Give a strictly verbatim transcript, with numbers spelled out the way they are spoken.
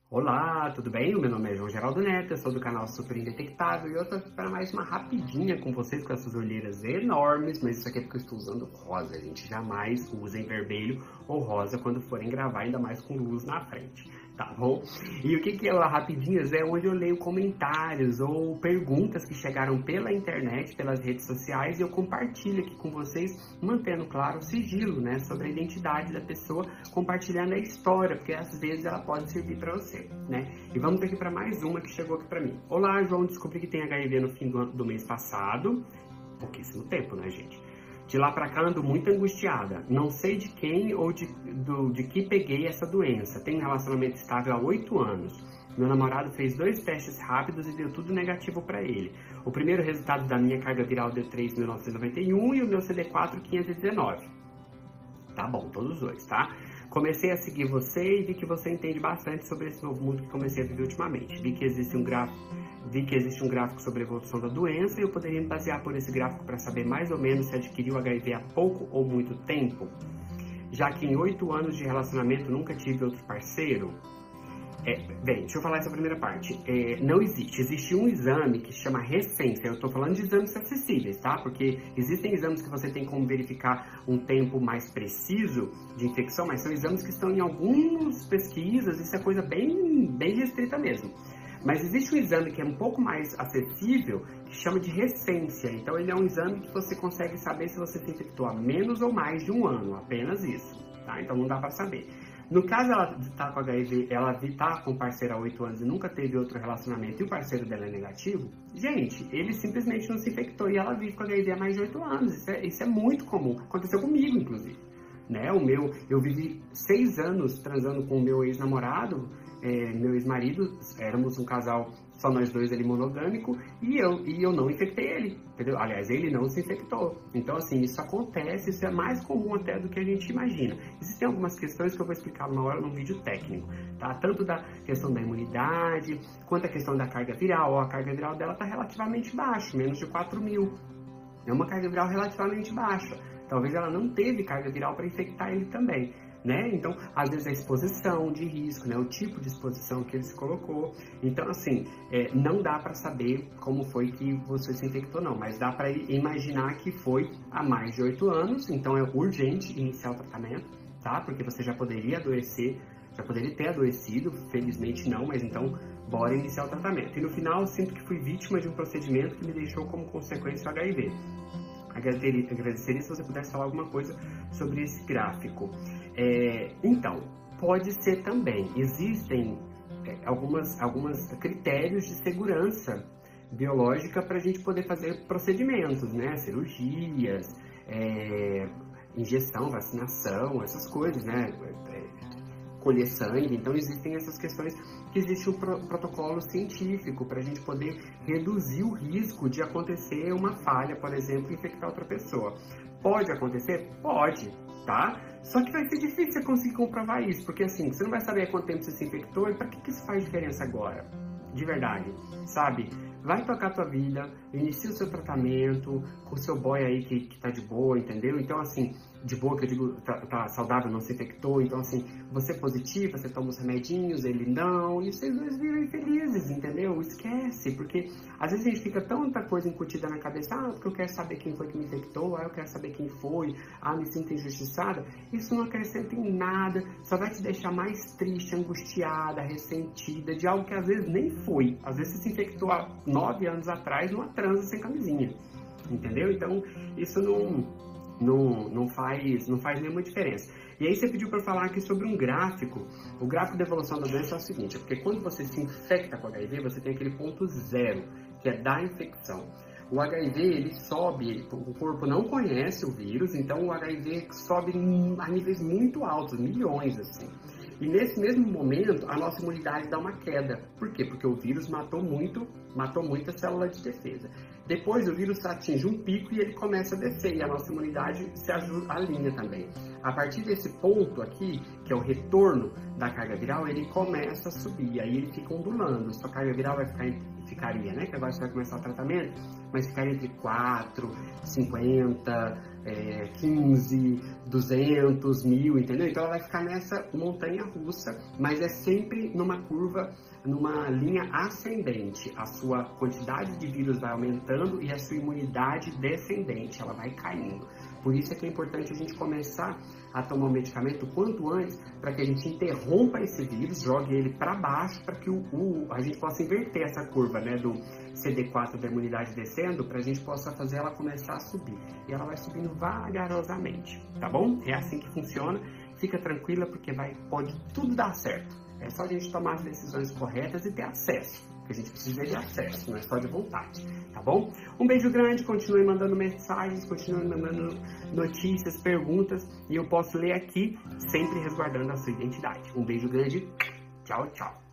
Olá, tudo bem? O meu nome é João Geraldo Neto, eu sou do canal Super Indetectável e eu tô aqui para mais uma rapidinha com vocês com essas olheiras enormes, mas isso aqui é porque eu estou usando rosa, gente. Jamais usem vermelho ou rosa quando forem gravar, ainda mais com luz na frente, tá bom? E o que que é lá rapidinhas é onde eu leio comentários ou perguntas que chegaram pela internet, pelas redes sociais e eu compartilho aqui com vocês, mantendo claro o sigilo, né, sobre a identidade da pessoa, compartilhando a história, porque às vezes ela pode servir para você. Né? E vamos aqui para mais uma que chegou aqui para mim. Olá, João, descobri que tem H I V no fim do, do mês passado. Pouquíssimo tempo, né, gente? De lá para cá ando muito angustiada. Não sei de quem ou de, do, de que peguei essa doença. Tenho um relacionamento estável há oito anos. Meu namorado fez dois testes rápidos e deu tudo negativo para ele. O primeiro resultado da minha carga viral deu três mil novecentos e noventa e um e o meu C D quatro quinhentos e dezenove. Tá bom, todos os dois, tá? Comecei a seguir você e vi que você entende bastante sobre esse novo mundo que comecei a viver ultimamente. Vi que existe um gráfico, vi que existe um gráfico sobre a evolução da doença e eu poderia me basear por esse gráfico para saber mais ou menos se adquiriu H I V há pouco ou muito tempo. Já que em oito anos de relacionamento nunca tive outro parceiro. É, bem, deixa eu falar essa primeira parte. É, não existe. Existe um exame que se chama recência. Eu estou falando de exames acessíveis, tá? Porque existem exames que você tem como verificar um tempo mais preciso de infecção, mas são exames que estão em algumas pesquisas, isso é coisa bem, bem restrita mesmo. Mas existe um exame que é um pouco mais acessível, que chama de recência. Então ele é um exame que você consegue saber se você se infectou há menos ou mais de um ano, apenas isso, tá? Então não dá para saber. No caso ela tá com H I V, ela tá com um parceiro há oito anos e nunca teve outro relacionamento e o parceiro dela é negativo, gente, ele simplesmente não se infectou e ela vive com H I V há mais de oito anos. Isso é, isso é muito comum. Aconteceu comigo, inclusive. Né? O meu, eu vivi seis anos transando com o meu ex-namorado, é, meu ex-marido, éramos um casal, só nós dois ali monogâmico, e eu, e eu não infectei ele, entendeu? Aliás, ele não se infectou. Então, assim, isso acontece, isso é mais comum até do que a gente imagina. Existem algumas questões que eu vou explicar uma hora num vídeo técnico, tá? Tanto da questão da imunidade, quanto a questão da carga viral. Ó, a carga viral dela tá relativamente baixa, menos de quatro mil. É uma carga viral relativamente baixa. Talvez ela não teve carga viral para infectar ele também, né? Então, às vezes a exposição de risco, né? O tipo de exposição que ele se colocou. Então, assim, é, não dá para saber como foi que você se infectou, não. Mas dá para imaginar que foi há mais de oito anos. Então, é urgente iniciar o tratamento, tá? Porque você já poderia adoecer, já poderia ter adoecido. Felizmente não, mas então, bora iniciar o tratamento. E no final, eu sinto que fui vítima de um procedimento que me deixou como consequência o H I V. Agradeceria se você pudesse falar alguma coisa sobre esse gráfico. É, então, pode ser também. Existem é, algumas, algumas critérios de segurança biológica para a gente poder fazer procedimentos, né? Cirurgias, é, injeção, vacinação, essas coisas, né? É, colher sangue. Então, existem essas questões que existe um pro protocolo científico para a gente poder reduzir o risco de acontecer uma falha, por exemplo, infectar outra pessoa. Pode acontecer? Pode, tá? Só que vai ser difícil você conseguir comprovar isso, porque assim, você não vai saber há quanto tempo você se infectou e para que, que isso faz diferença agora? De verdade, sabe? Vai tocar a tua vida, inicia o seu tratamento com o seu boy aí que, que tá de boa, entendeu? Então, assim, de boa, que eu digo, tá, tá saudável, não se infectou. Então, assim, você é positivo, você toma os remedinhos, ele não, e vocês dois vivem felizes, entendeu? Esquece, porque às vezes a gente fica tanta coisa incutida na cabeça, ah, porque eu quero saber quem foi que me infectou, ah, eu quero saber quem foi, ah, me sinto injustiçada. Isso não acrescenta em nada, só vai te deixar mais triste, angustiada, ressentida, de algo que às vezes nem foi. Às vezes você se infectou há nove anos atrás numa transa sem camisinha, entendeu? Então, isso não, não, não, faz, não faz nenhuma diferença. E aí você pediu para eu falar aqui sobre um gráfico. O gráfico da evolução da doença é o seguinte, é porque quando você se infecta com H I V, você tem aquele ponto zero, que é da infecção. O H I V, ele sobe, o corpo não conhece o vírus, então o H I V sobe a níveis muito altos, milhões assim. E nesse mesmo momento, a nossa imunidade dá uma queda. Por quê? Porque o vírus matou muito, matou muita célula de defesa. Depois o vírus atinge um pico e ele começa a descer, e a nossa imunidade se alinha também. A partir desse ponto aqui, que é o retorno da carga viral, ele começa a subir, aí ele fica ondulando. Sua carga viral vai ficar ficaria, né? Que agora você vai começar o tratamento, mas ficaria entre quatro, cinquenta, é, quinze, duzentos, mil, entendeu? Então ela vai ficar nessa montanha russa, mas é sempre numa curva, numa linha ascendente. A sua quantidade de vírus vai aumentando e a sua imunidade descendente, ela vai caindo. Por isso é que é importante a gente começar a tomar o medicamento quanto antes, para que a gente interrompa esse vírus, jogue ele para baixo, para que o, o, a gente possa inverter essa curva, né, do C D quatro da imunidade descendo, para a gente possa fazer ela começar a subir. E ela vai subindo vagarosamente, tá bom? É assim que funciona. Fica tranquila, porque vai, pode tudo dar certo. É só a gente tomar as decisões corretas e ter acesso. Porque a gente precisa de acesso, não é só de vontade, tá bom? Um beijo grande, continue mandando mensagens, continue mandando notícias, perguntas, e eu posso ler aqui, sempre resguardando a sua identidade. Um beijo grande, tchau, tchau.